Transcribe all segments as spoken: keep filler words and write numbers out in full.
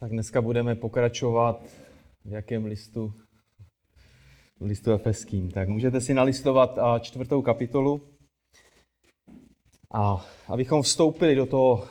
Tak dneska budeme pokračovat v jakém listu? V listu Efeským. Tak můžete si nalistovat čtvrtou kapitolu. A abychom vstoupili do toho,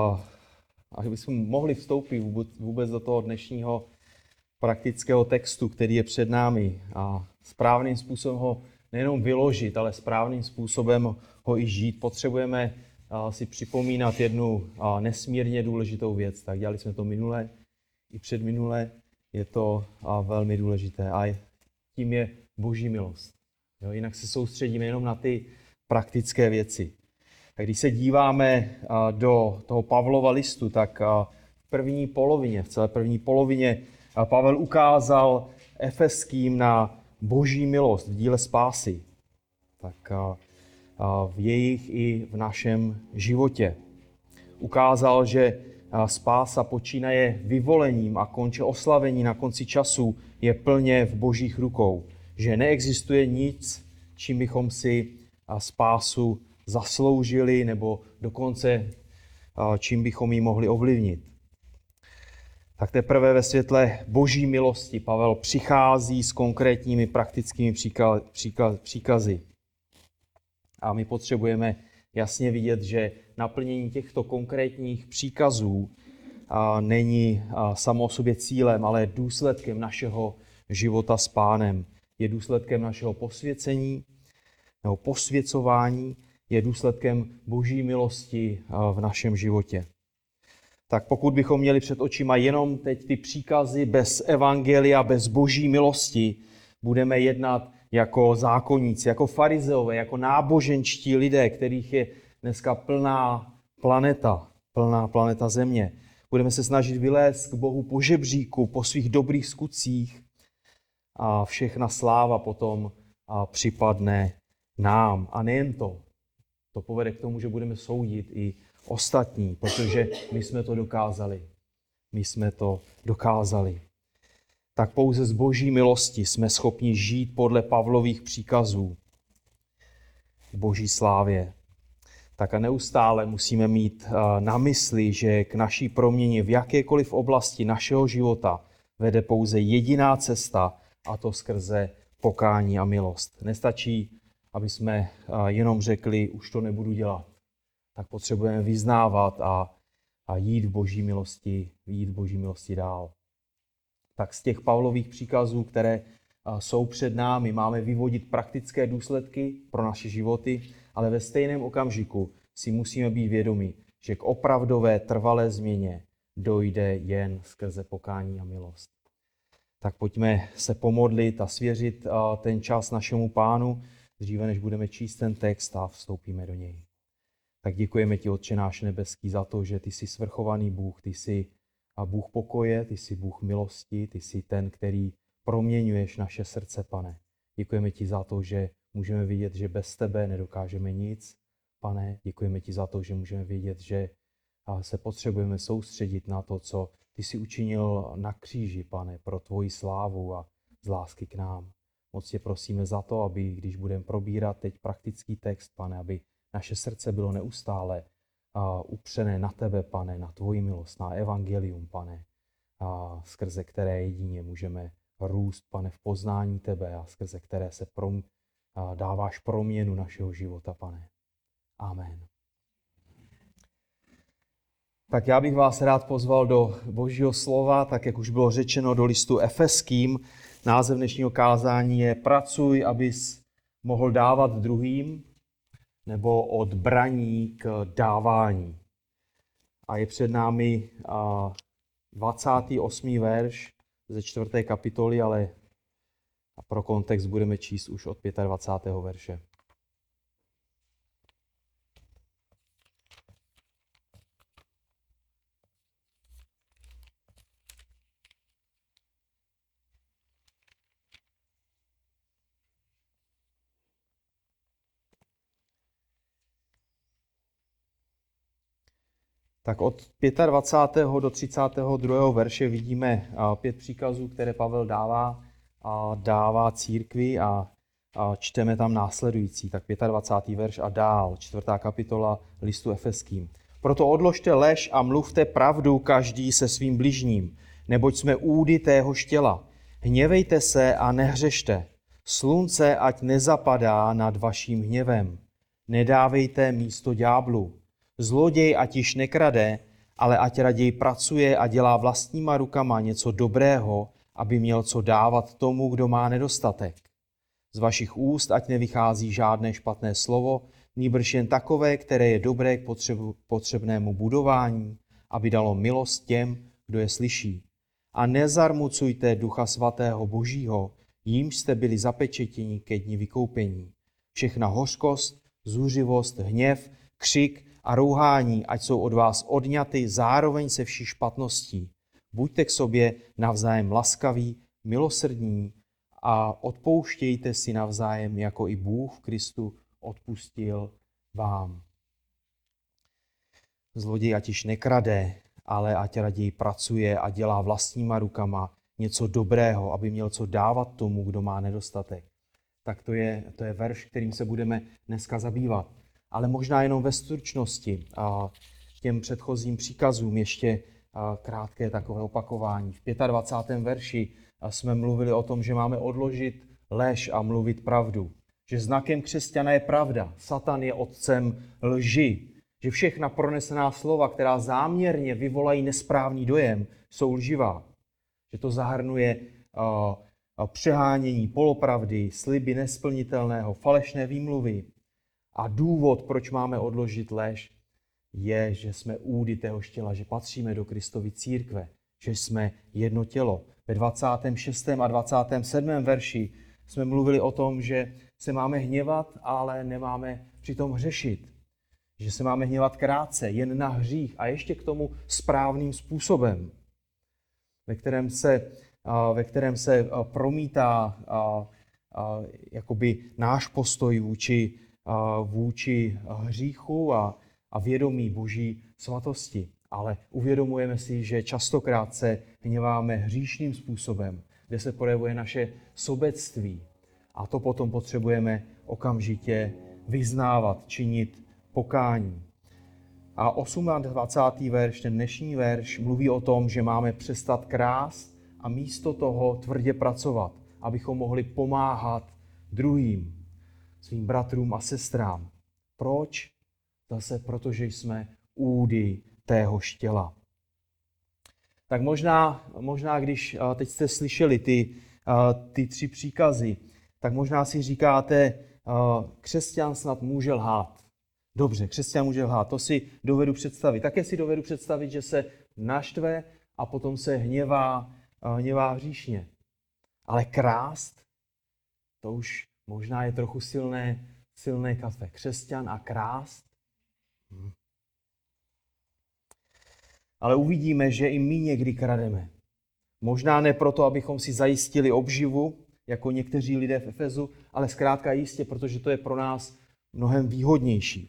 abychom mohli vstoupit vůbec do toho dnešního praktického textu, který je před námi, a správným způsobem ho nejenom vyložit, ale správným způsobem ho i žít, potřebujeme si připomínat jednu nesmírně důležitou věc. Tak dělali jsme to minule i předminule, je to velmi důležité. A tím je Boží milost. Jo, jinak se soustředíme jenom na ty praktické věci. A když se díváme do toho Pavlova listu, tak v první polovině, v celé první polovině Pavel ukázal Efeským na Boží milost v díle spásy. Tak v jejich i v našem životě. Ukázal, že spása počínaje vyvolením a konče oslavení na konci času je plně v Božích rukou. Že neexistuje nic, čím bychom si spásu zasloužili nebo dokonce čím bychom ji mohli ovlivnit. Tak teprve ve světle Boží milosti Pavel přichází s konkrétními praktickými příkazy. A my potřebujeme jasně vidět, že naplnění těchto konkrétních příkazů není samo o sobě cílem, ale důsledkem našeho života s Pánem. Je důsledkem našeho posvěcení nebo posvěcování, je důsledkem Boží milosti v našem životě. Tak pokud bychom měli před očima jenom teď ty příkazy bez evangelia, bez Boží milosti, budeme jednat jako zákonníci, jako farizeové, jako náboženští lidé, kterých je dneska plná planeta, plná planeta země. Budeme se snažit vylézt k Bohu po žebříku, po svých dobrých skutcích a všechna sláva potom připadne nám. A nejen to, to povede k tomu, že budeme soudit i ostatní, protože my jsme to dokázali. My jsme to dokázali. Tak pouze z Boží milosti jsme schopni žít podle Pavlových příkazů v Boží slávě. Tak a neustále musíme mít na mysli, že k naší proměně v jakékoliv oblasti našeho života vede pouze jediná cesta, a to skrze pokání a milost. Nestačí, aby jsme jenom řekli, už to nebudu dělat. Tak potřebujeme vyznávat a, a jít v Boží milosti, jít v Boží milosti dál. Tak z těch Pavlových příkazů, které jsou před námi, máme vyvodit praktické důsledky pro naše životy, ale ve stejném okamžiku si musíme být vědomi, že k opravdové trvalé změně dojde jen skrze pokání a milost. Tak pojďme se pomodlit a svěřit ten čas našemu Pánu, dříve než budeme číst ten text a vstoupíme do něj. Tak děkujeme ti, Otče náš nebeský, za to, že ty jsi svrchovaný Bůh, ty jsi Bůh pokoje, ty jsi Bůh milosti, ty jsi ten, který proměňuješ naše srdce, Pane. Děkujeme ti za to, že můžeme vidět, že bez tebe nedokážeme nic, Pane. Děkujeme ti za to, že můžeme vidět, že se potřebujeme soustředit na to, co ty jsi učinil na kříži, Pane, pro tvoji slávu a z lásky k nám. Moc tě prosíme za to, aby, když budeme probírat teď praktický text, Pane, aby naše srdce bylo neustále a upřené na tebe, Pane, na tvoji milost, na evangelium, Pane, a skrze které jedině můžeme růst, Pane, v poznání tebe a skrze které se prom, a dáváš proměnu našeho života, Pane. Amen. Tak já bych vás rád pozval do Božího slova, tak jak už bylo řečeno, do listu Efeským. Název dnešního kázání je Pracuj, abys mohl dávat druhým, nebo od braní k dávání. A je před námi dvacátý osmý verš ze čtvrté kapitoly, ale pro kontext budeme číst už od dvacátého pátého verše. Tak od dvacátého pátého do třicátého druhého verše vidíme pět příkazů, které Pavel dává a dává církvi a čteme tam následující. Tak dvacátý pátý verš a dál, čtvrtá kapitola listu Efeským. Proto odložte lež a mluvte pravdu každý se svým bližním, neboť jsme údy téhož těla. Hněvejte se a nehřešte. Slunce ať nezapadá nad vaším hněvem. Nedávejte místo ďáblu. Zloděj ať již nekrade, ale ať raději pracuje a dělá vlastníma rukama něco dobrého, aby měl co dávat tomu, kdo má nedostatek. Z vašich úst ať nevychází žádné špatné slovo, nýbrž jen takové, které je dobré k potřebu, potřebnému budování, aby dalo milost těm, kdo je slyší. A nezarmucujte Ducha Svatého Božího, jímž jste byli zapečetěni ke dni vykoupení. Všechna hořkost, zuřivost, hněv, křik a rouhání, ať jsou od vás odňaty zároveň se vší špatností. Buďte k sobě navzájem laskaví, milosrdní a odpouštějte si navzájem, jako i Bůh v Kristu odpustil vám. Zloděj ať již nekrade, ale ať raději pracuje a dělá vlastníma rukama něco dobrého, aby měl co dávat tomu, kdo má nedostatek. Tak to je, to je verš, kterým se budeme dneska zabývat. Ale možná jenom ve stručnosti a těm předchozím příkazům ještě krátké takové opakování. V dvacátém pátém verši jsme mluvili o tom, že máme odložit lež a mluvit pravdu. Že znakem křesťana je pravda. Satan je otcem lži. Že všechna pronesená slova, která záměrně vyvolají nesprávný dojem, jsou lživá. Že to zahrnuje uh, přehánění, polopravdy, sliby nesplnitelného, falešné výmluvy. A důvod, proč máme odložit lež, je, že jsme údy téhož těla, že patříme do Kristovy církve, že jsme jedno tělo. Ve dvacátém šestém a dvacátém sedmém verši jsme mluvili o tom, že se máme hněvat, ale nemáme přitom hřešit. Že se máme hněvat krátce, jen na hřích a ještě k tomu správným způsobem, ve kterém se, ve kterém se promítá jakoby náš postoj vůči, vůči hříchu a, a vědomí Boží svatosti. Ale uvědomujeme si, že častokrát se hněváme hříšným způsobem, kde se projevuje naše sobectví. A to potom potřebujeme okamžitě vyznávat, činit pokání. A dvacátý osmý verš, ten dnešní verš, mluví o tom, že máme přestat krást a místo toho tvrdě pracovat, abychom mohli pomáhat druhým, svým bratrům a sestrám. Proč? Zase protože jsme údy téhož těla. Tak možná, možná když teď jste slyšeli ty, ty tři příkazy, tak možná si říkáte, křesťan snad může lhát. Dobře, křesťan může lhát, to si dovedu představit. Také si dovedu představit, že se naštve a potom se hněvá, hněvá hříšně. Ale krást, to už možná je trochu silné, silné kafe. Křesťan a krást. Hm. Ale uvidíme, že i my někdy krademe. Možná ne proto, abychom si zajistili obživu, jako někteří lidé v Efezu, ale zkrátka jistě, protože to je pro nás mnohem výhodnější.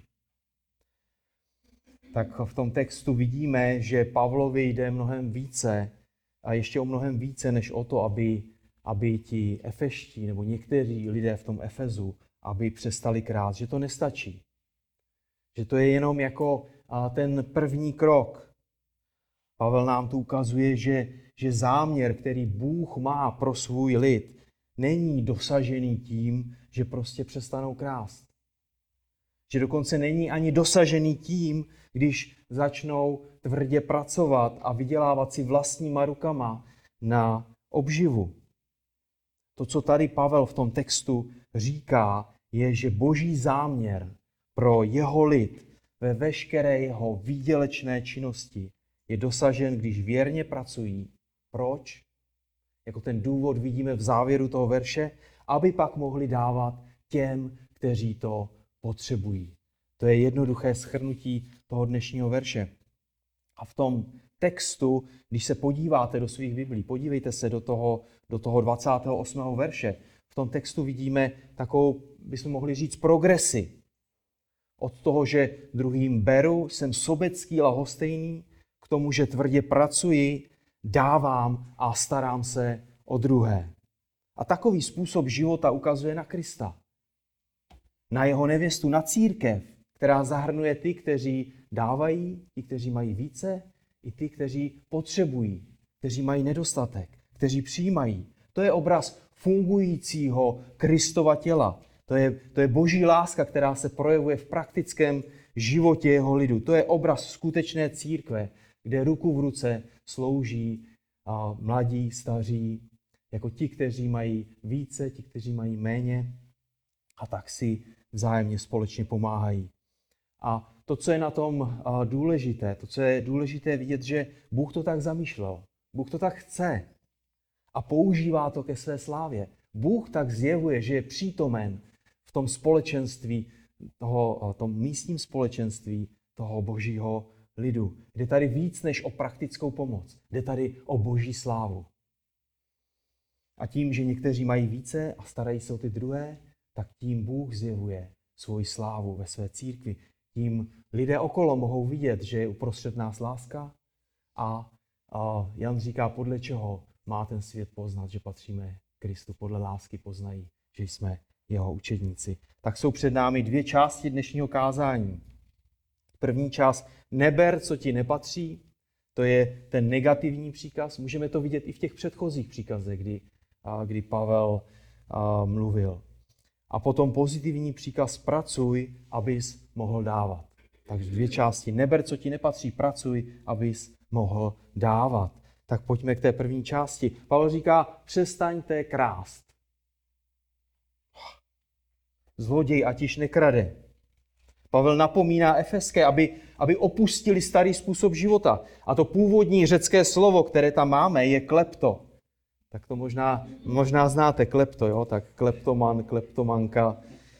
Tak v tom textu vidíme, že Pavlovi jde mnohem více a ještě o mnohem více, než o to, aby, aby ti efeští nebo někteří lidé v tom Efezu, aby přestali krást, že to nestačí. Že to je jenom jako ten první krok. Pavel nám tu ukazuje, že, že záměr, který Bůh má pro svůj lid, není dosažený tím, že prostě přestanou krást. Že dokonce není ani dosažený tím, když začnou tvrdě pracovat a vydělávat si vlastníma rukama na obživu. To, co tady Pavel v tom textu říká, je, že Boží záměr pro jeho lid ve veškeré jeho výdělečné činnosti je dosažen, když věrně pracují. Proč? Jako ten důvod vidíme v závěru toho verše, aby pak mohli dávat těm, kteří to potřebují. To je jednoduché shrnutí toho dnešního verše. A v tom textu, když se podíváte do svých biblí, podívejte se do toho, do toho dvacátého osmého verše, v tom textu vidíme takovou, bychom mohli říct, progresi. Od toho, že druhým beru, jsem sobecký, lahostejný, k tomu, že tvrdě pracuji, dávám a starám se o druhé. A takový způsob života ukazuje na Krista. Na jeho nevěstu, na církev, která zahrnuje ty, kteří dávají, ty, kteří mají více, i ty, kteří potřebují, kteří mají nedostatek, kteří přijímají. To je obraz fungujícího Kristova těla. To je, to je boží láska, která se projevuje v praktickém životě jeho lidu. To je obraz skutečné církve, kde ruku v ruce slouží a mladí, staří, jako ti, kteří mají více, ti, kteří mají méně, a tak si vzájemně společně pomáhají. A to, co je na tom důležité, to, co je důležité vidět, že Bůh to tak zamýšlel. Bůh to tak chce a používá to ke své slávě. Bůh tak zjevuje, že je přítomen v tom společenství, toho, tom místním společenství toho božího lidu. Jde tady víc než o praktickou pomoc. Jde tady o boží slávu. A tím, že někteří mají více a starají se o ty druhé, tak tím Bůh zjevuje svoji slávu ve své církvi. Tím lidé okolo mohou vidět, že je uprostřed nás láska a, a Jan říká, podle čeho má ten svět poznat, že patříme Kristu. Podle lásky poznají, že jsme jeho učedníci. Tak jsou před námi dvě části dnešního kázání. První část, neber, co ti nepatří, to je ten negativní příkaz. Můžeme to vidět i v těch předchozích příkazech, kdy, kdy Pavel a, mluvil. A potom pozitivní příkaz, pracuj, abys mohl dávat. Takže dvě části, neber, co ti nepatří, pracuj, abys mohl dávat. Tak pojďme k té první části. Pavel říká, přestaňte krást. Zloděj ať již nekrade. Pavel napomíná Efeské, aby, aby opustili starý způsob života. A to původní řecké slovo, které tam máme, je klepto. Tak to možná, možná znáte, klepto, jo? Tak kleptoman, kleptomanka.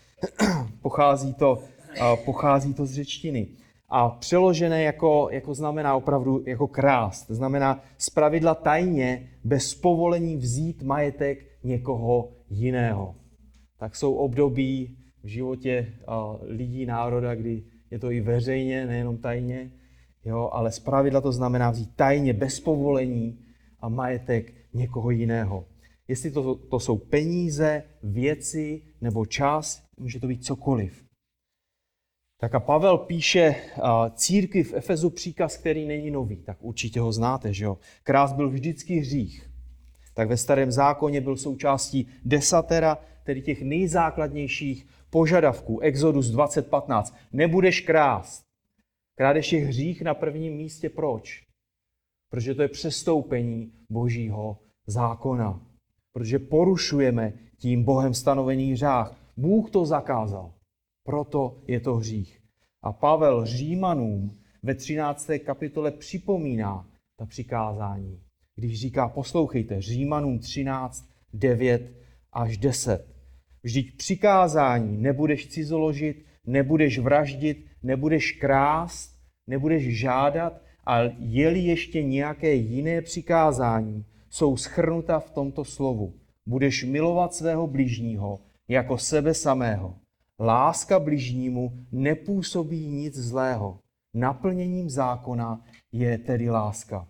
Pochází to, pochází to z řečtiny. A přeložené jako, jako znamená opravdu jako krást. Znamená zpravidla tajně, bez povolení vzít majetek někoho jiného. Tak jsou období v životě lidí, národa, kdy je to i veřejně, nejenom tajně, jo? Ale zpravidla to znamená vzít tajně, bez povolení a majetek někoho jiného. Jestli to, to jsou peníze, věci nebo čas, může to být cokoliv. Tak a Pavel píše církvi v Efezu příkaz, který není nový, tak určitě ho znáte, že jo. Krást byl vždycky hřích. Tak ve starém zákoně byl součástí desatera, tedy těch nejzákladnějších požadavků. Exodus dvacet patnáct. Nebudeš krást. Krádež je hřích na prvním místě. Proč? Protože to je přestoupení božího zákona. Protože porušujeme tím Bohem stanovený řád. Bůh to zakázal. Proto je to hřích. A Pavel Římanům ve třinácté kapitole připomíná ta přikázání. Když říká, poslouchejte, Římanům třináct, devět až deset. Vždyť přikázání, nebudeš cizoložit, nebudeš vraždit, nebudeš krást, nebudeš žádat, ale je-li ještě nějaké jiné přikázání, jsou shrnuta v tomto slovu. Budeš milovat svého bližního jako sebe samého. Láska bližnímu nepůsobí nic zlého. Naplněním zákona je tedy láska.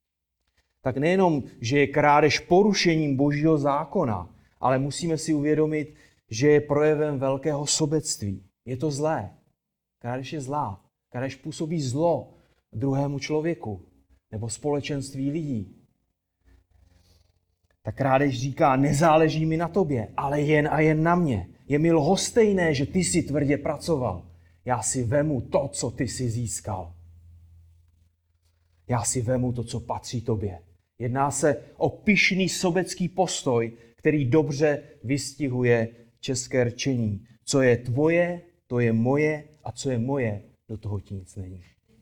Tak nejenom, že je krádež porušením božího zákona, ale musíme si uvědomit, že je projevem velkého sobectví. Je to zlé. Krádež je zlá. Krádež působí zlo druhému člověku nebo společenství lidí. Ta krádež říká, nezáleží mi na tobě, ale jen a jen na mě. Je mi lhostejné, že ty si tvrdě pracoval. Já si vemu to, co ty si získal. Já si vemu to, co patří tobě. Jedná se o pyšný sobecký postoj, který dobře vystihuje české rčení. Co je tvoje, to je moje, a co je moje, do toho ti nic není.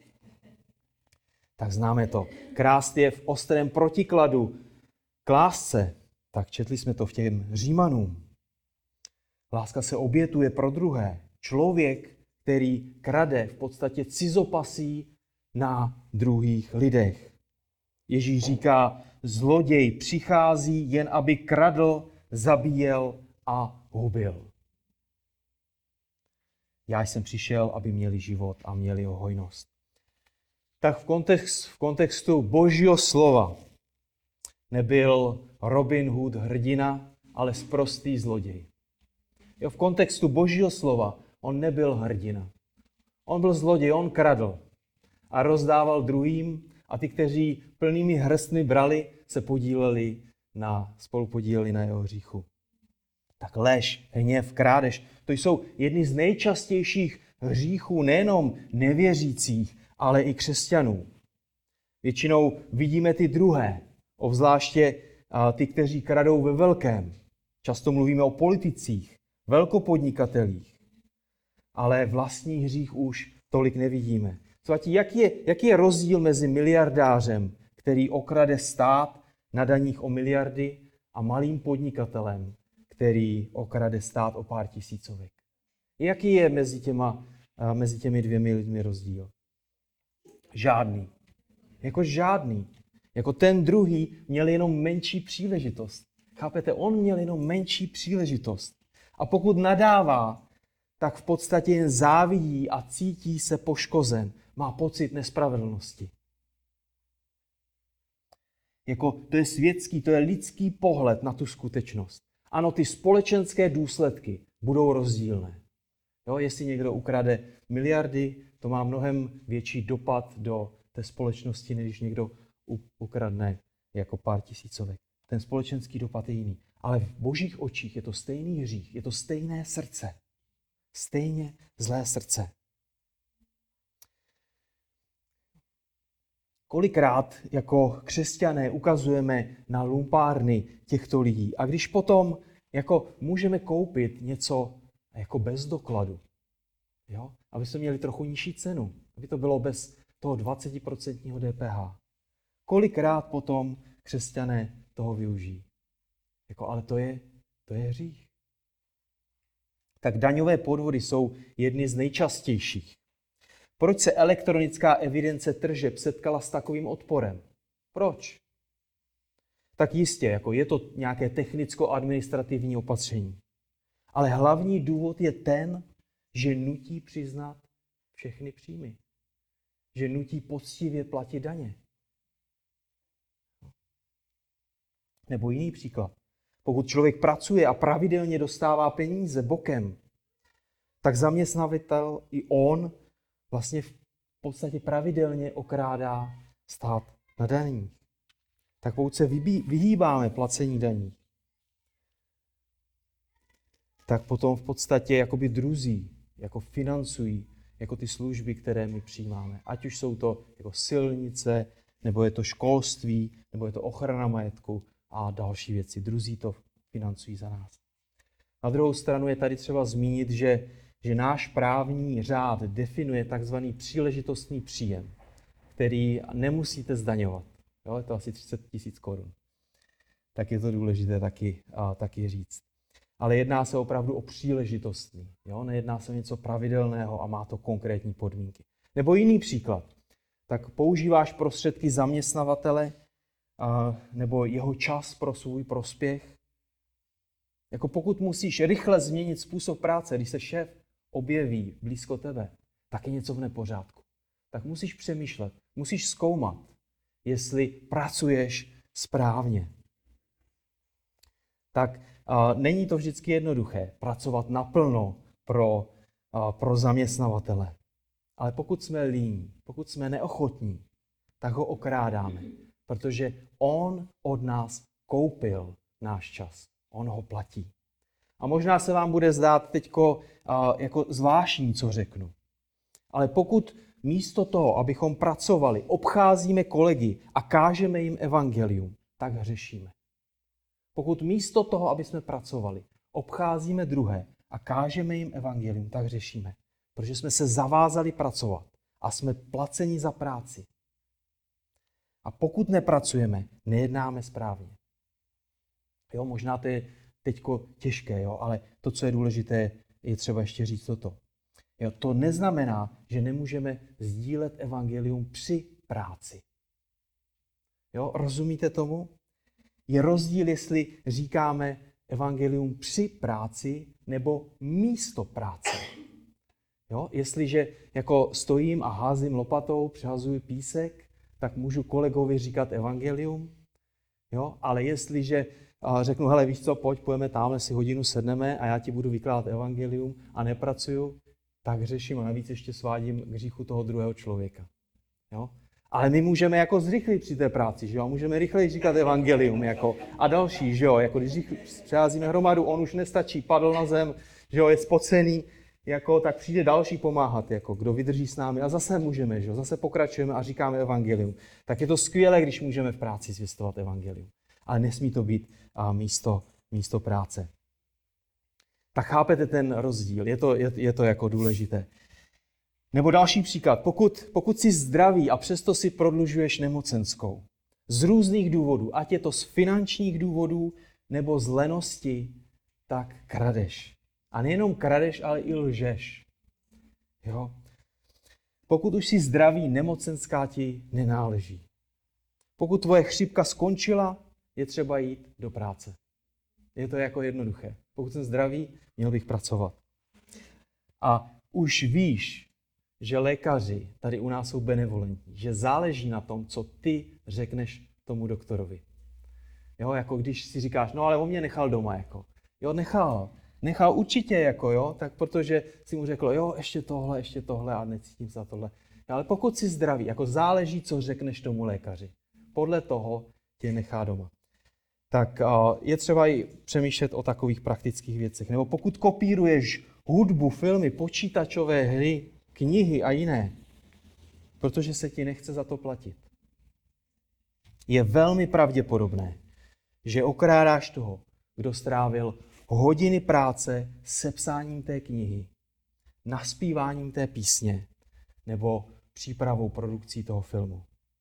Tak známe to. Krást je v ostrém protikladu k lásce. Tak četli jsme to v těm Římanům. Láska se obětuje pro druhé. Člověk, který krade, v podstatě cizopasí na druhých lidech. Ježíš říká, zloděj přichází jen, aby kradl, zabíjel a hubil. Já jsem přišel, aby měli život a měli ho hojnost. Tak v, kontext, v kontextu božího slova nebyl Robin Hood hrdina, ale sprostý zloděj. Jo, v kontextu božího slova on nebyl hrdina. On byl zloděj, on kradl a rozdával druhým a ty, kteří plnými hrstmi brali, se podíleli na, spolupodíleli na jeho hříchu. Tak lež, hněv, krádež, to jsou jedny z nejčastějších hříchů nejenom nevěřících, ale i křesťanů. Většinou vidíme ty druhé, obzvláště ty, kteří kradou ve velkém. Často mluvíme o politicích, velkopodnikatelích, ale vlastní hřích už tolik nevidíme. Svatí, jaký je, jaký je rozdíl mezi miliardářem, který okrade stát na daních o miliardy, a malým podnikatelem, který okrade stát o pár tisícovek? Jaký je mezi, těma, mezi těmi dvěmi lidmi rozdíl? Žádný. Jako žádný. Jako ten druhý měl jenom menší příležitost. Chápete? On měl jenom menší příležitost. A pokud nadává, tak v podstatě jen závidí a cítí se poškozen. Má pocit nespravedlnosti. Jako to je světský, to je lidský pohled na tu skutečnost. Ano, ty společenské důsledky budou rozdílné. Jo, jestli někdo ukrade miliardy, to má mnohem větší dopad do té společnosti, než někdo ukradne jako pár tisícovek. Ten společenský dopad je jiný. Ale v božích očích je to stejný hřích, je to stejné srdce. Stejně zlé srdce. Kolikrát jako křesťané ukazujeme na lumpárny těchto lidí. A když potom jako můžeme koupit něco jako bez dokladu, jo? Aby jsme měli trochu nižší cenu, aby to bylo bez toho dvacet procent D P H. Kolikrát potom křesťané toho využijí? Jako, ale to je, to je hřích. Tak daňové podvody jsou jedny z nejčastějších. Proč se elektronická evidence tržeb setkala s takovým odporem? Proč? Tak jistě, jako je to nějaké technicko-administrativní opatření. Ale hlavní důvod je ten, že nutí přiznat všechny příjmy. Že nutí poctivě platit daně. Nebo jiný příklad. Pokud člověk pracuje a pravidelně dostává peníze bokem, tak zaměstnavitel i on vlastně v podstatě pravidelně okrádá stát na daních. Tak pokud se vyhýbáme placení daní, tak potom v podstatě jakoby druzí, jako financují jako ty služby, které my přijímáme. Ať už jsou to jako silnice, nebo je to školství, nebo je to ochrana majetku a další věci. Druzí to financují za nás. Na druhou stranu je tady třeba zmínit, že, že náš právní řád definuje takzvaný příležitostný příjem, který nemusíte zdaňovat. Jo, je to asi třicet tisíc korun. Tak je to důležité taky, a, taky říct. Ale jedná se opravdu o příležitostný. Jo? Nejedná se o něco pravidelného a má to konkrétní podmínky. Nebo jiný příklad. Tak používáš prostředky zaměstnavatele a, nebo jeho čas pro svůj prospěch. Jako pokud musíš rychle změnit způsob práce, když se šéf objeví blízko tebe, tak je něco v nepořádku. Tak musíš přemýšlet, musíš zkoumat, jestli pracuješ správně. Tak uh, není to vždycky jednoduché pracovat naplno pro, uh, pro zaměstnavatele. Ale pokud jsme líní, pokud jsme neochotní, tak ho okrádáme, protože on od nás koupil náš čas. On ho platí. A možná se vám bude zdát teďko uh, jako zvláštní, co řeknu. Ale pokud místo toho, abychom pracovali, obcházíme kolegy a kážeme jim evangelium, tak hřešíme. Pokud místo toho, aby jsme pracovali, obcházíme druhé a kážeme jim evangelium, tak hřešíme. Protože jsme se zavázali pracovat a jsme placeni za práci. A pokud nepracujeme, nejednáme správně. Jo, možná to je teďko těžké, jo, ale to, co je důležité, je třeba ještě říct toto. Jo, to neznamená, že nemůžeme sdílet evangelium při práci. Jo, rozumíte tomu? Je rozdíl, jestli říkáme evangelium při práci nebo místo práce. Jo, jestliže jako stojím a házím lopatou, přehazuji písek, tak můžu kolegovi říkat evangelium. Jo, ale jestliže řeknu, hele, víš co, pojď, půjdeme tamhle, si hodinu sedneme a já ti budu vykládat evangelium a nepracuju, tak hřeším a navíc ještě svádím k hříchu toho druhého člověka. Jo? Ale my můžeme jako zrychlit při té práci, že jo? Můžeme rychleji říkat evangelium jako a další, že jo? Jako když přeházíme hromadu, on už nestačí, padl na zem, že jo? Je spocený, jako, tak přijde další pomáhat, jako, kdo vydrží s námi a zase můžeme, že jo? Zase pokračujeme a říkáme evangelium. Tak je to skvělé, když můžeme v práci zvěstovat evangelium. Ale nesmí to být a, místo, místo práce. Tak chápete ten rozdíl, je to, je, je to jako důležité. Nebo další příklad, pokud, pokud jsi zdravý a přesto si prodlužuješ nemocenskou, z různých důvodů, ať je to z finančních důvodů nebo z lenosti, tak kradeš. A nejenom kradeš, ale i lžeš. Jo? Pokud už jsi zdravý, nemocenská ti nenáleží. Pokud tvoje chřipka skončila, je třeba jít do práce. Je to jako jednoduché. Pokud jsem zdravý, měl bych pracovat. A už víš, že lékaři tady u nás jsou benevolentní, že záleží na tom, co ty řekneš tomu doktorovi. Jo, jako když si říkáš, no ale on mě nechal doma, jako. Jo, nechal. Nechal určitě, jako jo, tak protože si mu řekl, jo, ještě tohle, ještě tohle a necítím se za tohle. Ale pokud jsi zdravý, jako záleží, co řekneš tomu lékaři. Podle toho tě nechá doma. Tak je třeba i přemýšlet o takových praktických věcech. Nebo pokud kopíruješ hudbu, filmy, počítačové hry, knihy a jiné, protože se ti nechce za to platit. Je velmi pravděpodobné, že okrádáš toho, kdo strávil hodiny práce sepsáním té knihy, naspíváním té písně nebo přípravou produkcí toho filmu.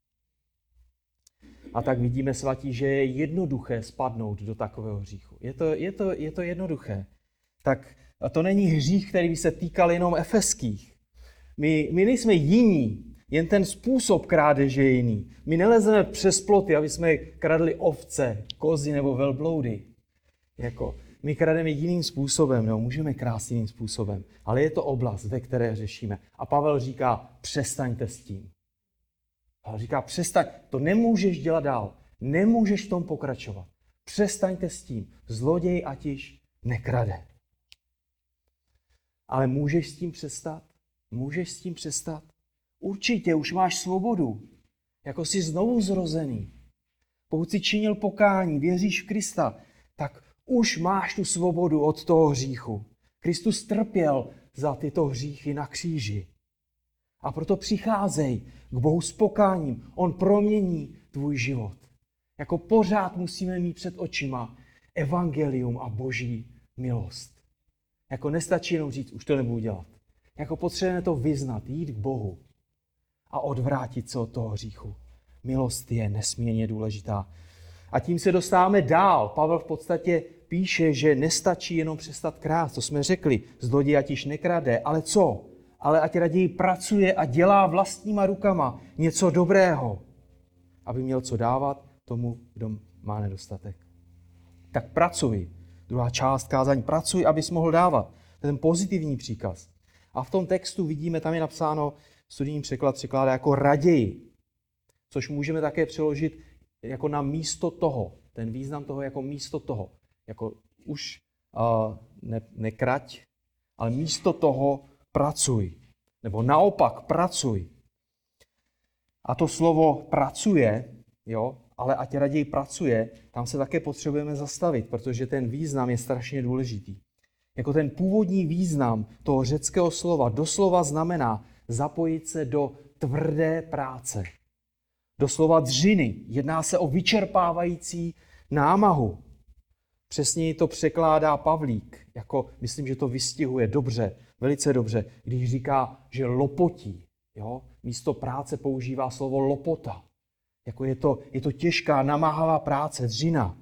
A tak vidíme, svatí, že je jednoduché spadnout do takového hříchu. Je to, je to, je to jednoduché. Tak to není hřích, který by se týkal jenom efeských. My, my nejsme jiní, jen ten způsob krádeže je jiný. My nelezeme přes ploty, aby jsme kradli ovce, kozy nebo velbloudy. Jako, my krademe jiným způsobem, nebo můžeme krást jiným způsobem. Ale je to oblast, ve které řešíme. A Pavel říká, přestaňte s tím. Pavel říká, přestaň, to nemůžeš dělat dál. Nemůžeš v tom pokračovat. Přestaňte s tím. Zloděj ať již nekrade. Ale můžeš s tím přestat? Můžeš s tím přestat? Určitě, už máš svobodu. Jako jsi znovu zrozený. Pokud jsi činil pokání, věříš v Krista, tak už máš tu svobodu od toho hříchu. Kristus trpěl za tyto hříchy na kříži. A proto přicházej k Bohu s pokáním. On promění tvůj život. Jako pořád musíme mít před očima evangelium a boží milost. Jako nestačí jenom říct, už to nebudu dělat. Jako potřebujeme to vyznat, jít k Bohu a odvrátit se od toho hříchu. Milost je nesmírně důležitá. A tím se dostáváme dál. Pavel v podstatě píše, že nestačí jenom přestat krást. To jsme řekli, zloděj ať již nekrade, ale co? Ale ať raději pracuje a dělá vlastníma rukama něco dobrého, aby měl co dávat tomu, kdo má nedostatek. Tak pracuj. Druhá část kázání, pracuj, abys mohl dávat. To je ten pozitivní příkaz. A v tom textu vidíme, tam je napsáno, studijní překlad překládá jako raději, což můžeme také přeložit jako na místo toho. Ten význam toho jako místo toho. Jako už uh, ne, nekrať, ale místo toho pracuj. Nebo naopak pracuj. A to slovo pracuje, jo, ale ať raději pracuje, tam se také potřebujeme zastavit, protože ten význam je strašně důležitý. Jako ten původní význam toho řeckého slova doslova znamená zapojit se do tvrdé práce. Doslova dřiny. Jedná se o vyčerpávající námahu. Přesněji to překládá Pavlík. Jako, myslím, že to vystihuje dobře, velice dobře, když říká, že lopotí. Jo? Místo práce používá slovo lopota. Jako je to, je to těžká, namáhavá práce, dřina.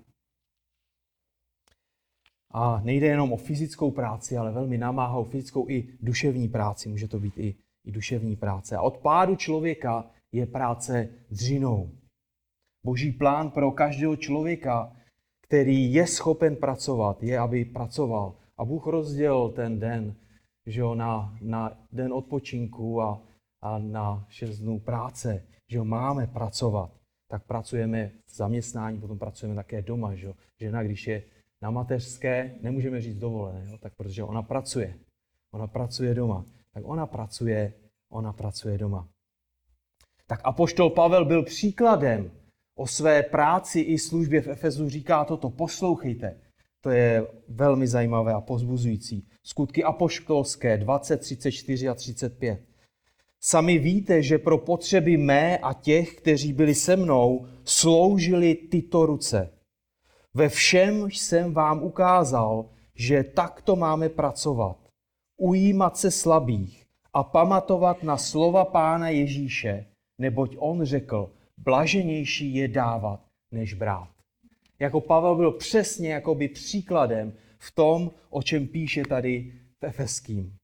A nejde jenom o fyzickou práci, ale velmi namáhavou fyzickou i duševní práci. Může to být i, i duševní práce. A od pádu člověka je práce dřinou. Boží plán pro každého člověka, který je schopen pracovat, je, aby pracoval. A Bůh rozdělil ten den, že jo, na, na den odpočinku a, a na šest dnů práce, že jo, máme pracovat. Tak pracujeme v zaměstnání, potom pracujeme také doma. Že jo. Žena, když je na mateřské, nemůžeme říct dovolené, jo, tak protože ona pracuje. Ona pracuje doma. tak ona pracuje, ona pracuje doma. Tak apoštol Pavel byl příkladem. O své práci i službě v Efezu říká toto, poslouchejte. To je velmi zajímavé a povzbuzující. Skutky apoštolské dvacet, třicet čtyři a třicet pět. Sami víte, že pro potřeby mé a těch, kteří byli se mnou, sloužily tyto ruce. Ve všem jsem vám ukázal, že takto máme pracovat. Ujímat se slabých a pamatovat na slova Pána Ježíše, neboť on řekl, blaženější je dávat, než brát. Jako Pavel byl přesně jakoby příkladem v tom, o čem píše tady v Efeským.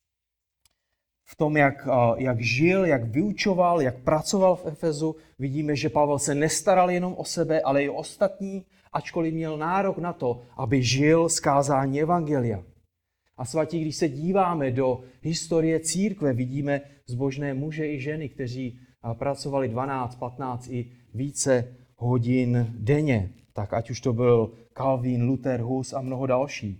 V tom, jak, jak žil, jak vyučoval, jak pracoval v Efezu, vidíme, že Pavel se nestaral jenom o sebe, ale i o ostatní, ačkoliv měl nárok na to, aby žil z kázání evangelia. A svatí, když se díváme do historie církve, vidíme zbožné muže i ženy, kteří pracovali dvanáct, patnáct i více hodin denně. Tak ať už to byl Calvin, Luther, Hus a mnoho dalších.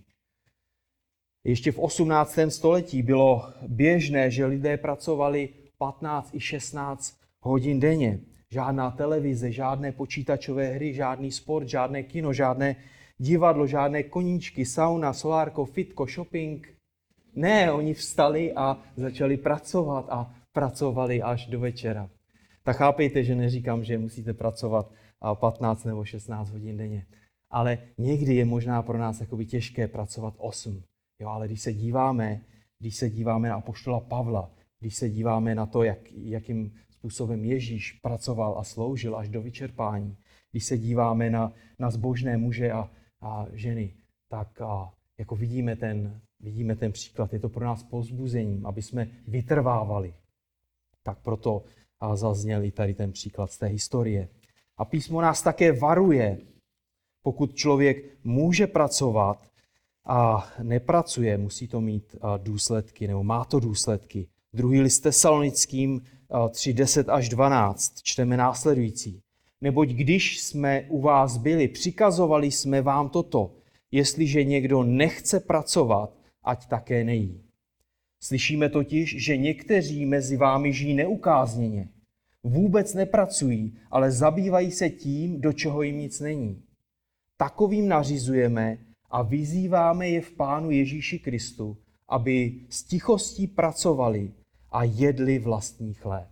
Ještě v osmnáctém století bylo běžné, že lidé pracovali patnáct i šestnáct hodin denně. Žádná televize, žádné počítačové hry, žádný sport, žádné kino, žádné divadlo, žádné koníčky, sauna, solárko, fitko, shopping. Ne, oni vstali a začali pracovat a pracovali až do večera. Tak chápejte, že neříkám, že musíte pracovat patnáct nebo šestnáct hodin denně. Ale někdy je možná pro nás jakoby těžké pracovat osm. Jo, ale když se díváme, když se díváme na apoštola Pavla, když se díváme na to, jak, jakým způsobem Ježíš pracoval a sloužil až do vyčerpání, když se díváme na, na zbožné muže a, a ženy, tak a, jako vidíme ten, vidíme ten příklad. Je to pro nás povzbuzením, aby jsme vytrvávali. Tak proto a zazněl i tady ten příklad z té historie. A písmo nás také varuje, pokud člověk může pracovat a nepracuje, musí to mít důsledky, nebo má to důsledky. Druhý list Tesalonickým tři, deset až dvanáct čteme následující. Neboť když jsme u vás byli, přikazovali jsme vám toto, jestliže někdo nechce pracovat, ať také nejí. Slyšíme totiž, že někteří mezi vámi žijí neukázněně. Vůbec nepracují, ale zabývají se tím, do čeho jim nic není. Takovým nařizujeme a vyzýváme je v Pánu Ježíši Kristu, aby s tichostí pracovali a jedli vlastní chléb.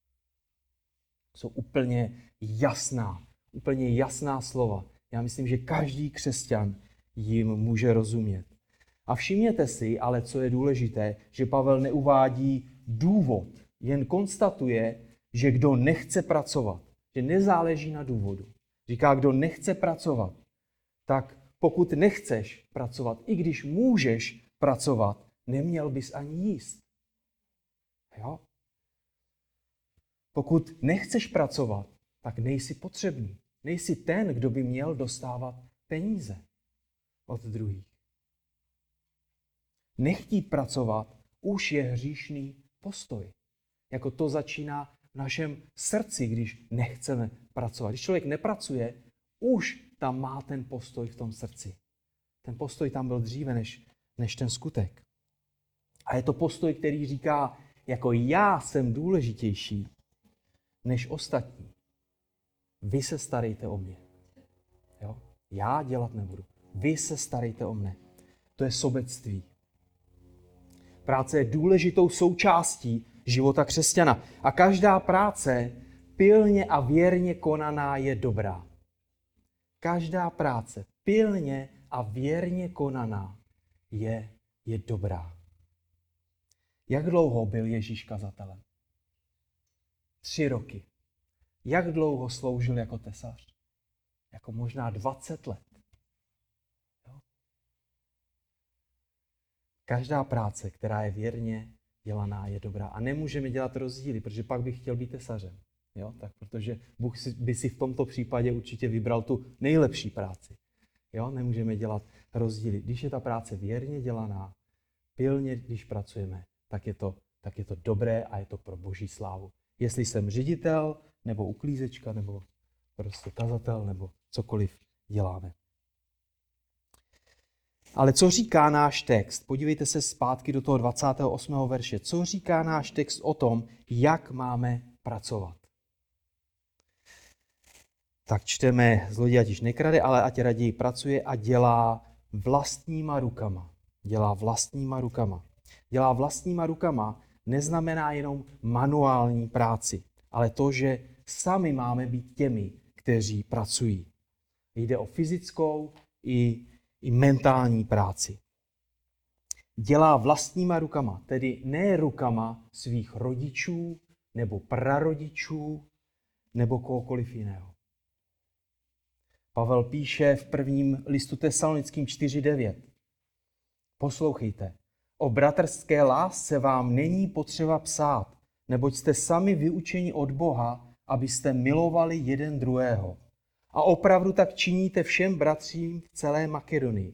Jsou úplně jasná, úplně jasná slova. Já myslím, že každý křesťan jim může rozumět. A všimněte si, ale co je důležité, že Pavel neuvádí důvod, jen konstatuje, že kdo nechce pracovat, že nezáleží na důvodu. Říká, kdo nechce pracovat, tak pokud nechceš pracovat, i když můžeš pracovat, neměl bys ani jíst. Jo? Pokud nechceš pracovat, tak nejsi potřebný. Nejsi ten, kdo by měl dostávat peníze od druhých. Nechtít pracovat už je hříšný postoj. Jako to začíná v našem srdci, když nechceme pracovat. Když člověk nepracuje, už tam má ten postoj v tom srdci. Ten postoj tam byl dříve než, než ten skutek. A je to postoj, který říká, jako já jsem důležitější než ostatní. Vy se starejte o mě. Jo? Já dělat nebudu. Vy se starejte o mne. To je sobectví. Práce je důležitou součástí života křesťana. A každá práce pilně a věrně konaná je dobrá. Každá práce pilně a věrně konaná je, je dobrá. Jak dlouho byl Ježíš kazatelem? Tři roky. Jak dlouho sloužil jako tesař? Jako možná dvacet let. Jo? Každá práce, která je věrně dělaná, je dobrá. A nemůžeme dělat rozdíly, protože pak bych chtěl být tesařem. Jo? Tak protože Bůh by si v tomto případě určitě vybral tu nejlepší práci. Jo? Nemůžeme dělat rozdíly. Když je ta práce věrně dělaná, pilně, když pracujeme, tak je to, tak je to dobré a je to pro Boží slávu. Jestli jsem ředitel, nebo uklízečka, nebo prostě kazatel, nebo cokoliv děláme. Ale co říká náš text? Podívejte se zpátky do toho dvacátého osmého verše. Co říká náš text o tom, jak máme pracovat? Tak čteme, zloděj ať již nekrade, ale ať raději pracuje a dělá vlastníma rukama. Dělá vlastníma rukama. Dělá vlastníma rukama neznamená jenom manuální práci, ale to, že sami máme být těmi, kteří pracují. Jde o fyzickou i, i mentální práci. Dělá vlastníma rukama, tedy ne rukama svých rodičů nebo prarodičů nebo kohokoliv jiného. Pavel píše v prvním listu Tesalonickým čtyři devět. Poslouchejte, o bratrské lásce vám není potřeba psát, neboť jste sami vyučeni od Boha, abyste milovali jeden druhého. A opravdu tak činíte všem bratřím v celé Makedonii.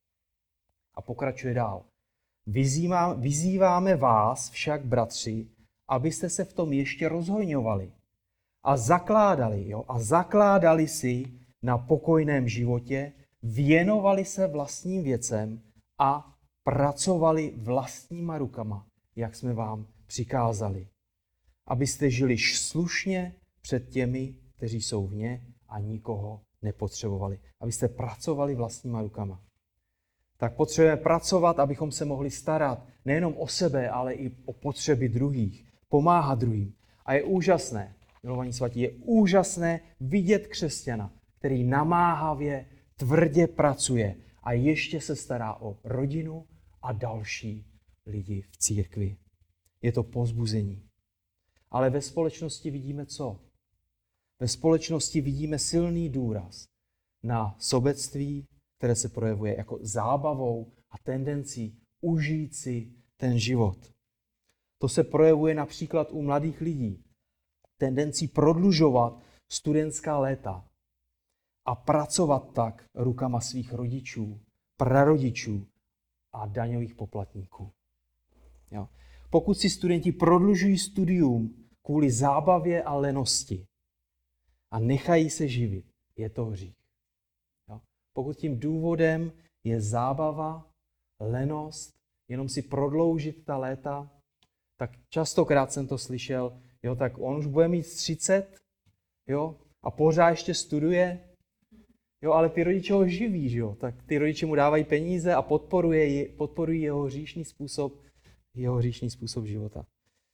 A pokračuje dál. Vyzývá, vyzýváme vás však, bratři, abyste se v tom ještě rozhojňovali a zakládali, jo, a zakládali si na pokojném životě, věnovali se vlastním věcem a pracovali vlastníma rukama, jak jsme vám přikázali. Abyste žili slušně před těmi, kteří jsou vně a nikoho nepotřebovali. Abyste pracovali vlastníma rukama. Tak potřebujeme pracovat, abychom se mohli starat nejenom o sebe, ale i o potřeby druhých. Pomáhat druhým. A je úžasné, milovaní svatí, je úžasné vidět křesťana, který namáhavě, tvrdě pracuje a ještě se stará o rodinu a další lidi v církvi. Je to povzbuzení. Ale ve společnosti vidíme co? Ve společnosti vidíme silný důraz na sobectví, které se projevuje jako zábavou a tendencí užít si ten život. To se projevuje například u mladých lidí. Tendencí prodlužovat studentská léta a pracovat tak rukama svých rodičů, prarodičů a daňových poplatníků. Jo. Pokud si studenti prodlužují studium kvůli zábavě a lenosti a nechají se živit, je to hřích. Jo. Pokud tím důvodem je zábava, lenost, jenom si prodloužit ta léta, tak častokrát jsem to slyšel, jo, tak on už bude mít třicet, jo, a pořád ještě studuje, jo, ale ty rodiče ho živí, že jo, tak ty rodiče mu dávají peníze a podporuje, podporují jeho hříšný způsob, jeho hříšný způsob života.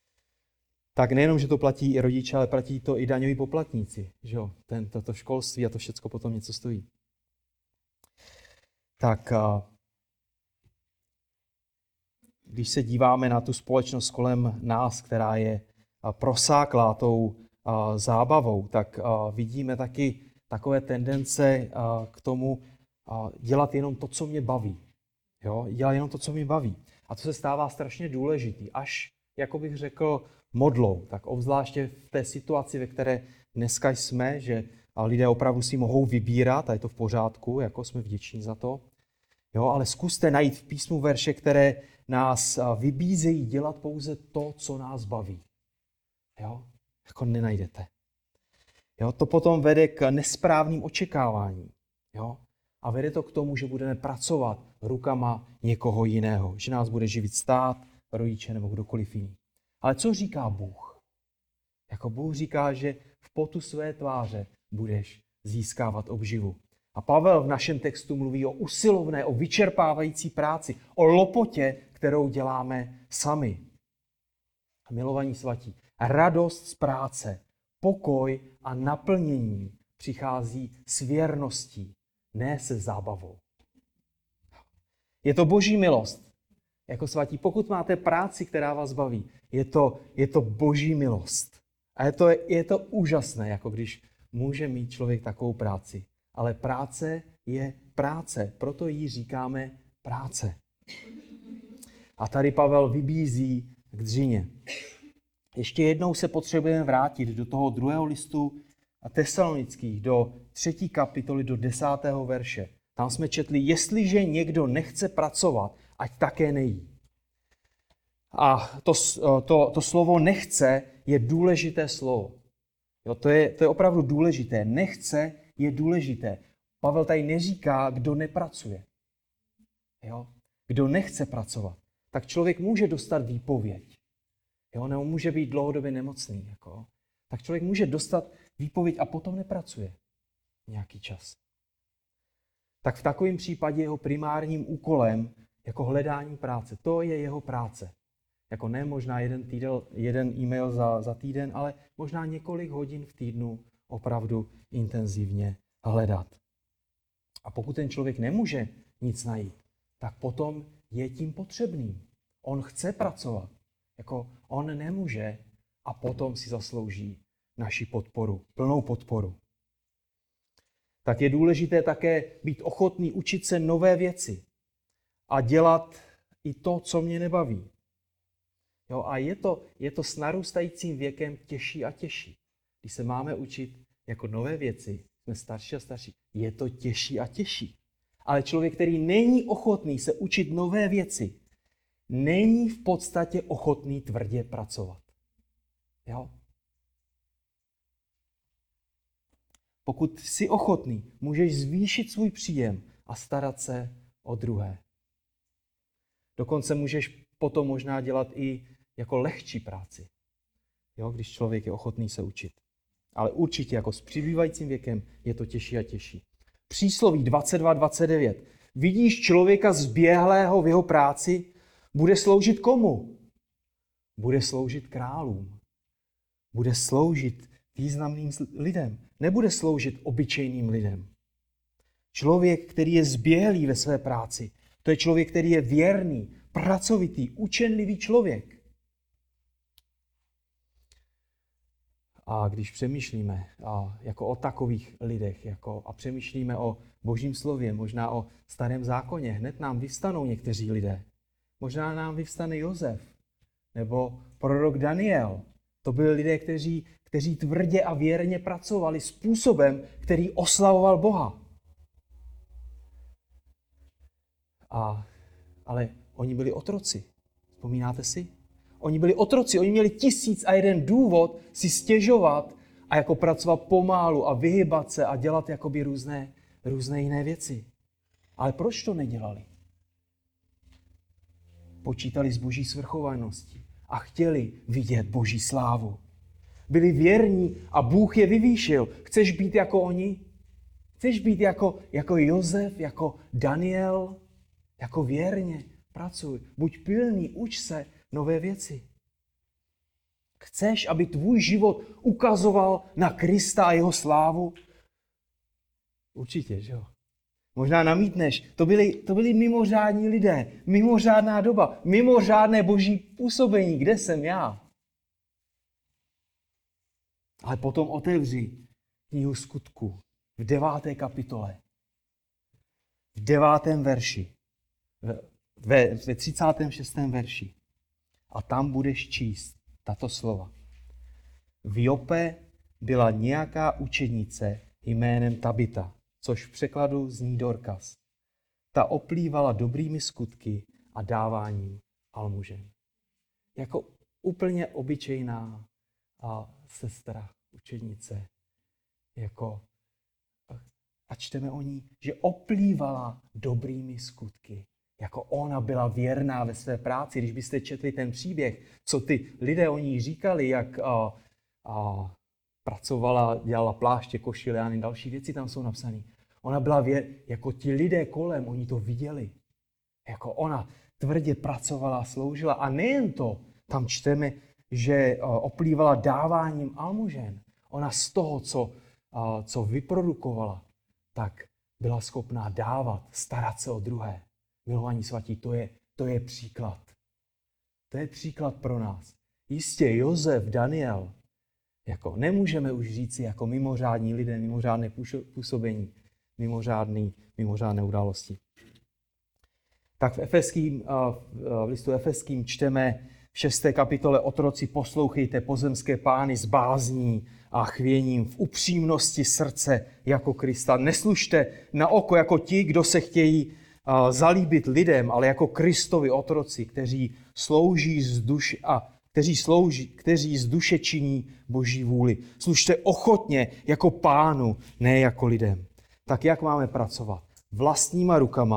Tak nejenom, že to platí i rodiče, ale platí to i daňoví poplatníci, že jo, ten, toto školství a to všecko potom něco stojí. Tak když se díváme na tu společnost kolem nás, která je prosáklá tou zábavou, tak vidíme taky takové tendence k tomu dělat jenom to, co mě baví. Jo? Dělat jenom to, co mě baví. A to se stává strašně důležitý. Až, jako bych řekl, modlou. Tak obzvláště v té situaci, ve které dneska jsme, že lidé opravdu si mohou vybírat, a je to v pořádku, jako jsme vděční za to. Jo? Ale zkuste najít v písmu verše, které nás vybízejí dělat pouze to, co nás baví. Jo? Jako nenajdete. Jo? To potom vede k nesprávným očekáváním. Jo? A vede to k tomu, že budeme pracovat rukama někoho jiného. Že nás bude živit stát, rodiče nebo kdokoliv jiný. Ale co říká Bůh? Jako Bůh říká, že v potu své tváře budeš získávat obživu. A Pavel v našem textu mluví o usilovné, o vyčerpávající práci, o lopotě, kterou děláme sami. Milovaní svatí, radost z práce, pokoj a naplnění přichází s věrností, ne se zábavou. Je to boží milost. Jako svatí, pokud máte práci, která vás baví, je to, je to boží milost. A je to, je to úžasné, jako když může mít člověk takovou práci. Ale práce je práce, proto jí říkáme práce. A tady Pavel vybízí k dřině. Ještě jednou se potřebujeme vrátit do toho druhého listu Tesalonických, do třetí kapitoly, do desátého verše. Tam jsme četli, jestliže někdo nechce pracovat, ať také nejí. A to, to, to slovo nechce je důležité slovo. Jo, to, je, to je opravdu důležité. Nechce je důležité. Pavel tady neříká, kdo nepracuje. Jo? Kdo nechce pracovat, tak člověk může dostat výpověď. Jo? Nebo může být dlouhodobě nemocný. Jako. Tak člověk může dostat výpověď a potom nepracuje nějaký čas. Tak v takovém případě jeho primárním úkolem jako hledání práce, to je jeho práce. Jako ne možná jeden, týdel, jeden e-mail za, za týden, ale možná několik hodin v týdnu opravdu intenzivně hledat. A pokud ten člověk nemůže nic najít, tak potom je tím potřebným. On chce pracovat. Jako on nemůže a potom si zaslouží naši podporu, plnou podporu. Tak je důležité také být ochotný učit se nové věci a dělat i to, co mě nebaví. Jo, a je to, je to s narůstajícím věkem těžší a těžší. Když se máme učit jako nové věci, jsme starší a starší, je to těžší a těžší. Ale člověk, který není ochotný se učit nové věci, není v podstatě ochotný tvrdě pracovat. Jo? Pokud jsi ochotný, můžeš zvýšit svůj příjem a starat se o druhé. Dokonce můžeš potom možná dělat i jako lehčí práci, jo, když člověk je ochotný se učit. Ale určitě jako s přibývajícím věkem je to těžší a těžší. Přísloví dvacet dva dvacet devět. Vidíš člověka zběhlého v jeho práci, bude sloužit komu? Bude sloužit králům. Bude sloužit významným lidem. Nebude sloužit obyčejným lidem. Člověk, který je zběhlý ve své práci, to je člověk, který je věrný, pracovitý, učenlivý člověk. A když přemýšlíme a jako o takových lidech jako, a přemýšlíme o Božím slově, možná o Starém zákoně, hned nám vyvstanou někteří lidé. Možná nám vyvstane Josef nebo prorok Daniel. To byli lidé, kteří, kteří tvrdě a věrně pracovali způsobem, který oslavoval Boha. A, ale oni byli otroci. Vzpomínáte si? Oni byli otroci, oni měli tisíc a jeden důvod si stěžovat a jako pracovat pomalu a vyhybat se a dělat jakoby různé, různé jiné věci. Ale proč to nedělali? Počítali s Boží svrchovaností a chtěli vidět Boží slávu. Byli věrní a Bůh je vyvýšil. Chceš být jako oni? Chceš být jako, jako Josef, jako Daniel? Jako věrně pracuj. Buď pilný, uč se nové věci. Chceš, aby tvůj život ukazoval na Krista a jeho slávu? Určitě, že jo? Možná namítneš, to byli, to byli mimořádní lidé, mimořádná doba, mimořádné boží působení, kde jsem já? Ale potom otevři knihu Skutků v deváté kapitole, v devátém verši, ve, ve třicátém šestém verši. A tam budeš číst tato slova. V Jope byla nějaká učednice jménem Tabita, což v překladu zní Dorkas. Ta oplývala dobrými skutky a dáváním almužen. Jako úplně obyčejná a sestra, učednice. Jako, a čteme o ní, že oplývala dobrými skutky. Jako ona byla věrná ve své práci. Když byste četli ten příběh, co ty lidé o ní říkali, jak a, a, pracovala, dělala pláště, košile a další věci tam jsou napsané. Ona byla věr, jako ti lidé kolem, oni to viděli. Jako ona tvrdě pracovala, sloužila. A nejen to, tam čteme, že oplývala dáváním almužen. Ona z toho, co, co vyprodukovala, tak byla schopná dávat, starat se o druhé. Milovaní svatí, to je, to je příklad. To je příklad pro nás. Jistě Josef, Daniel, jako nemůžeme už říci jako mimořádní lidé, mimořádné působení, mimořádný, mimořádné události. Tak v, Efeským, v listu Efeským čteme v šesté kapitole: Otroci, poslouchejte pozemské pány s bázní a chvěním, v upřímnosti srdce jako Krista. Neslužte na oko jako ti, kdo se chtějí zalíbit lidem, ale jako Kristovi otroci, kteří slouží z duše a kteří slouží, kteří z duše činí Boží vůli. Služte ochotně jako pánu, ne jako lidem. Tak jak máme pracovat? Vlastníma rukama,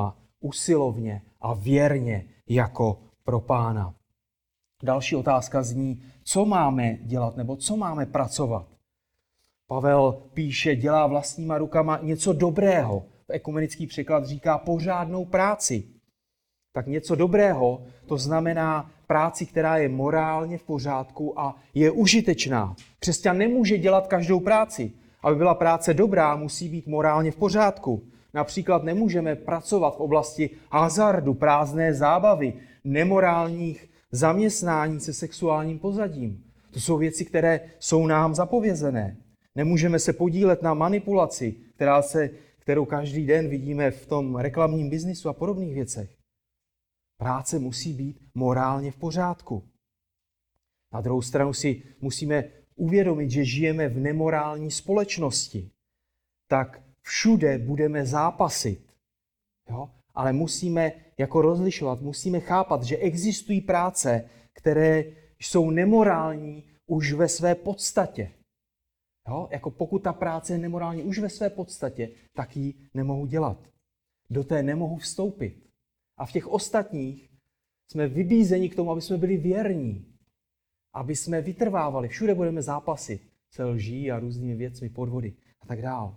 usilovně a věrně jako pro Pána. Další otázka zní, co máme dělat nebo co máme pracovat. Pavel píše, dělá vlastníma rukama něco dobrého. Ekumenický překlad říká pořádnou práci. Tak něco dobrého, to znamená práci, která je morálně v pořádku a je užitečná. Křesťan nemůže dělat každou práci. Aby byla práce dobrá, musí být morálně v pořádku. Například nemůžeme pracovat v oblasti hazardu, prázdné zábavy, nemorálních zaměstnání se sexuálním pozadím. To jsou věci, které jsou nám zapovězené. Nemůžeme se podílet na manipulaci, která se, kterou každý den vidíme v tom reklamním biznisu a podobných věcech. Práce musí být morálně v pořádku. Na druhou stranu si musíme uvědomit, že žijeme v nemorální společnosti. Tak všude budeme zápasit. Jo? Ale musíme jako rozlišovat, musíme chápat, že existují práce, které jsou nemorální už ve své podstatě. Jo? Jako pokud ta práce je nemorální už ve své podstatě, tak ji nemohu dělat. Do té nemohu vstoupit. A v těch ostatních jsme vybízeni k tomu, aby jsme byli věrní, aby jsme vytrvávali. Všude budeme zápasit se lží a různými věcmi, podvody a tak dále.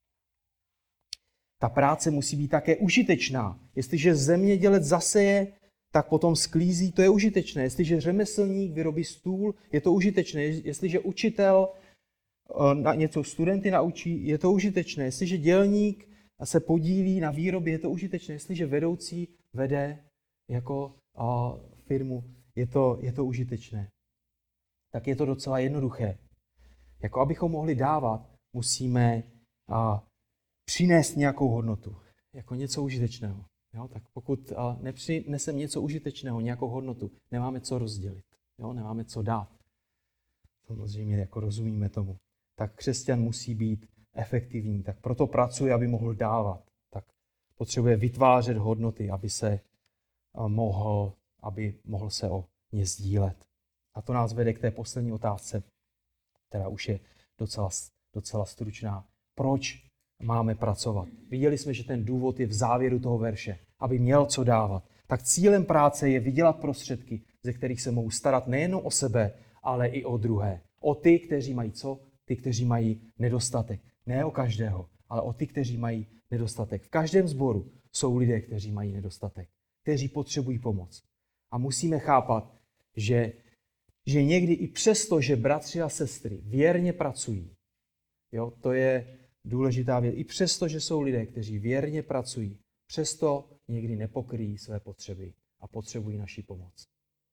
Ta práce musí být také užitečná. Jestliže zemědělec zaseje, tak potom sklízí, to je užitečné. Jestliže řemeslník vyrobí stůl, je to užitečné. Jestliže učitel na něco studenty naučí, je to užitečné. Jestliže dělník se podílí na výrobě, je to užitečné. Jestliže vedoucí vede jako a, firmu, je to, je to užitečné. Tak je to docela jednoduché. Jako abychom mohli dávat, musíme a, přinést nějakou hodnotu, jako něco užitečného. Jo? Tak pokud a, nepřineseme něco užitečného, nějakou hodnotu, nemáme co rozdělit, jo? Nemáme co dát. Samozřejmě jako rozumíme tomu. Tak křesťan musí být efektivní, tak proto pracuje, aby mohl dávat. Tak potřebuje vytvářet hodnoty, aby se mohl, aby mohl se o ně sdílet. A to nás vede k té poslední otázce, která už je docela, docela stručná. Proč máme pracovat? Viděli jsme, že ten důvod je v závěru toho verše, aby měl co dávat. Tak cílem práce je vydělat prostředky, ze kterých se mohou starat nejen o sebe, ale i o druhé. O ty, kteří mají co? Ty, kteří mají nedostatek. Ne o každého, ale o ty, kteří mají nedostatek. V každém sboru jsou lidé, kteří mají nedostatek, kteří potřebují pomoc. A musíme chápat, že, že někdy i přesto, že bratři a sestry věrně pracují, jo, to je důležitá věc, i přesto, že jsou lidé, kteří věrně pracují, přesto někdy nepokryjí své potřeby a potřebují naši pomoc.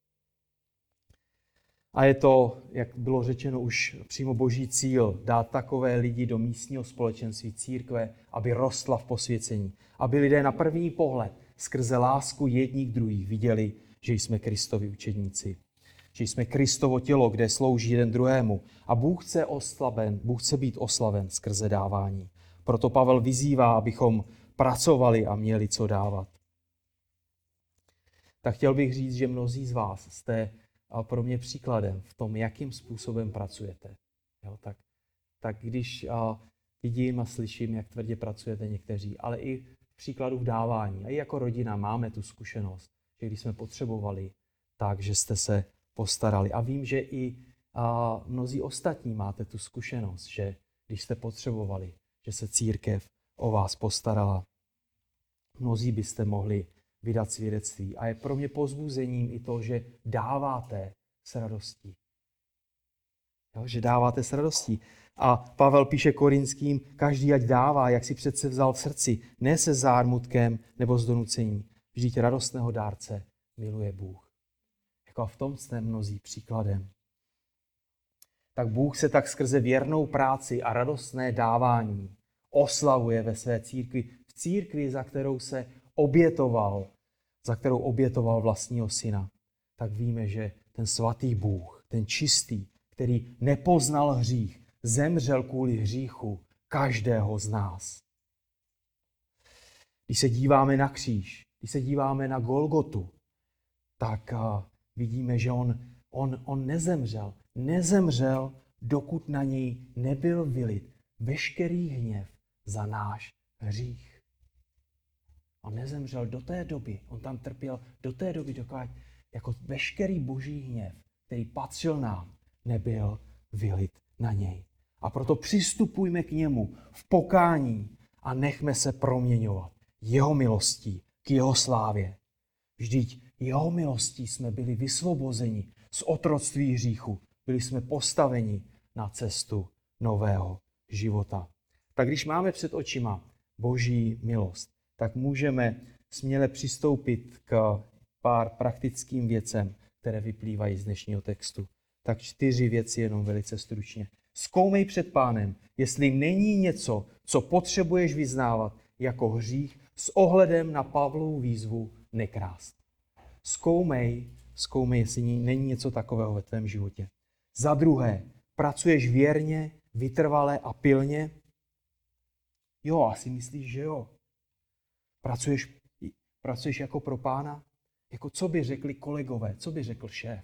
A je to, jak bylo řečeno už přímo boží cíl, dát takové lidi do místního společenství církve, aby rostla v posvěcení. Aby lidé na první pohled skrze lásku jedních k druhých viděli, že jsme Kristovi učedníci. Že jsme Kristovo tělo, kde slouží jeden druhému. A Bůh chce oslaven, Bůh chce být oslaven skrze dávání. Proto Pavel vyzývá, abychom pracovali a měli co dávat. Tak chtěl bych říct, že mnozí z vás jste pro mě příkladem v tom, jakým způsobem pracujete. Jo, tak, tak když a, vidím a slyším, jak tvrdě pracujete někteří, ale i v příkladu v dávání. A i jako rodina máme tu zkušenost, že když jsme potřebovali, tak, že jste se postarali. A vím, že i a, mnozí ostatní máte tu zkušenost, že když jste potřebovali, že se církev o vás postarala. Mnozí byste mohli vydat svědectví. A je pro mě povzbuzením i to, že dáváte s radostí. Jo, že dáváte s radostí. A Pavel píše Korinským, každý ať dává, jak si přece vzal v srdci, ne se zármutkem nebo s donucením. Vždyť radostného dárce miluje Bůh. Jako v tom jste mnozí příkladem. Tak Bůh se tak skrze věrnou práci a radostné dávání oslavuje ve své církvi. V církvi, za kterou se obětoval, za kterou obětoval vlastního syna, tak víme, že ten svatý Bůh, ten čistý, který nepoznal hřích, zemřel kvůli hříchu každého z nás. Když se díváme na kříž, když se díváme na Golgotu, tak uh, vidíme, že on, on, on nezemřel. Nezemřel, dokud na něj nebyl vylit veškerý hněv za náš hřích. On nezemřel do té doby, on tam trpěl do té doby, dokud jako veškerý boží hněv, který patřil nám, nebyl vylit na něj. A proto přistupujme k němu v pokání a nechme se proměňovat jeho milostí k jeho slávě. Vždyť jeho milostí jsme byli vysvobozeni z otroctví hříchu. Byli jsme postaveni na cestu nového života. Tak když máme před očima boží milost, tak můžeme směle přistoupit k pár praktickým věcem, které vyplývají z dnešního textu. Tak čtyři věci jenom velice stručně. Zkoumej před Pánem, jestli není něco, co potřebuješ vyznávat jako hřích s ohledem na Pavlovu výzvu nekrást. Zkoumej, zkoumej, jestli není něco takového ve tvém životě. Za druhé, pracuješ věrně, vytrvale a pilně? Jo, asi myslíš, že jo. Pracuješ, pracuješ jako pro Pána? Jako co by řekli kolegové, co by řekl šéf?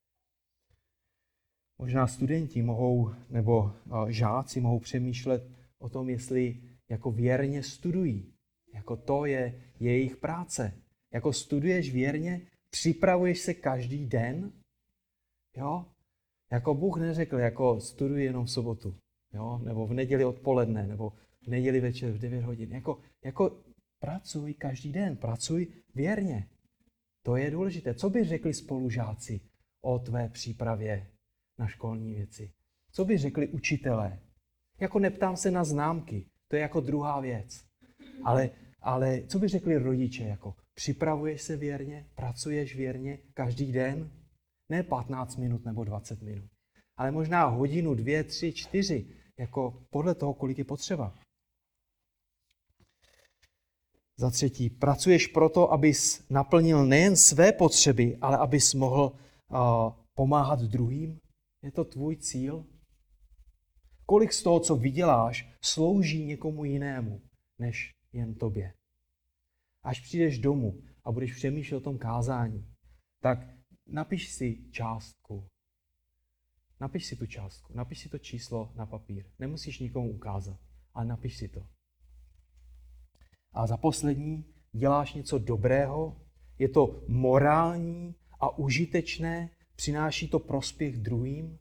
Možná studenti mohou, nebo žáci mohou přemýšlet o tom, jestli jako věrně studují. Jako to je jejich práce. Jako studuješ věrně, připravuješ se každý den, jo? Jako Bůh neřekl, jako studuj jenom v sobotu, jo? Nebo v neděli odpoledne, nebo v neděli večer v devět hodin. Jako, jako pracuj každý den, pracuj věrně. To je důležité. Co by řekli spolužáci o tvé přípravě na školní věci? Co by řekli učitelé? Jako neptám se na známky, to je jako druhá věc. Ale, ale co by řekli rodiče? Jako připravuješ se věrně, pracuješ věrně každý den? Ne patnáct minut nebo dvacet minut, ale možná hodinu, dvě, tři, čtyři, jako podle toho, kolik je potřeba. Za třetí, pracuješ proto, abys naplnil nejen své potřeby, ale abys mohl uh, pomáhat druhým? Je to tvůj cíl? Kolik z toho, co vyděláš, slouží někomu jinému, než jen tobě? Až přijdeš domů a budeš přemýšlet o tom kázání, tak napiš si částku. Napiš si tu částku, napiš si to číslo na papír. Nemusíš nikomu ukázat, ale napiš si to. A za poslední, děláš něco dobrého, je to morální a užitečné, přináší to prospěch druhým?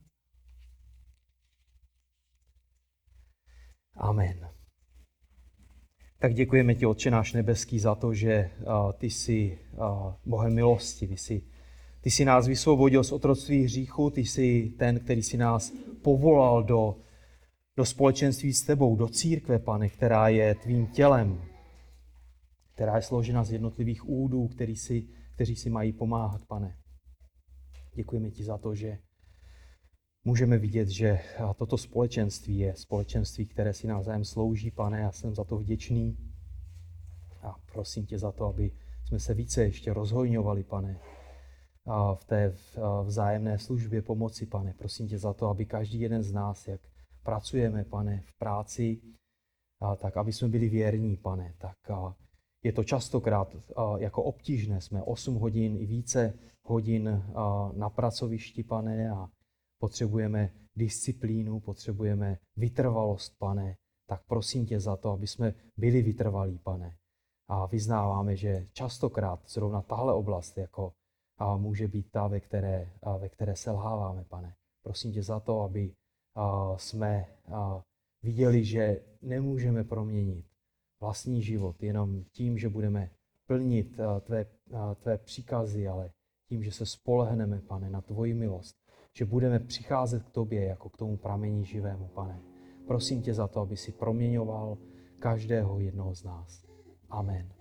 Amen. Tak děkujeme ti, Otče náš nebeský, za to, že uh, ty jsi uh, Bohem milosti, ty jsi, ty jsi nás vysvobodil z otroctví hříchu, ty jsi ten, který si nás povolal do, do společenství s tebou, do církve, Pane, která je tvým tělem, která je složena z jednotlivých údů, který si, kteří si mají pomáhat, Pane. Děkujeme ti za to, že můžeme vidět, že toto společenství je společenství, které si navzájem slouží, Pane. Já jsem za to vděčný a prosím tě za to, aby jsme se více ještě rozhojňovali, Pane, v té vzájemné službě pomoci, Pane. Prosím tě za to, aby každý jeden z nás, jak pracujeme, Pane, v práci, tak aby jsme byli věrní, Pane. Tak je to častokrát jako obtížné. Jsme osm hodin i více hodin na pracovišti, Pane, a potřebujeme disciplínu, potřebujeme vytrvalost, Pane. Tak prosím tě za to, aby jsme byli vytrvalí, Pane. A vyznáváme, že častokrát zrovna tahle oblast jako může být ta, ve které, ve které selháváme, Pane. Prosím tě za to, aby jsme viděli, že nemůžeme proměnit vlastní život jenom tím, že budeme plnit tvé, tvé příkazy, ale tím, že se spolehneme, Pane, na tvoji milost, že budeme přicházet k tobě jako k tomu pramení živému, Pane. Prosím tě za to, aby si proměňoval každého jednoho z nás. Amen.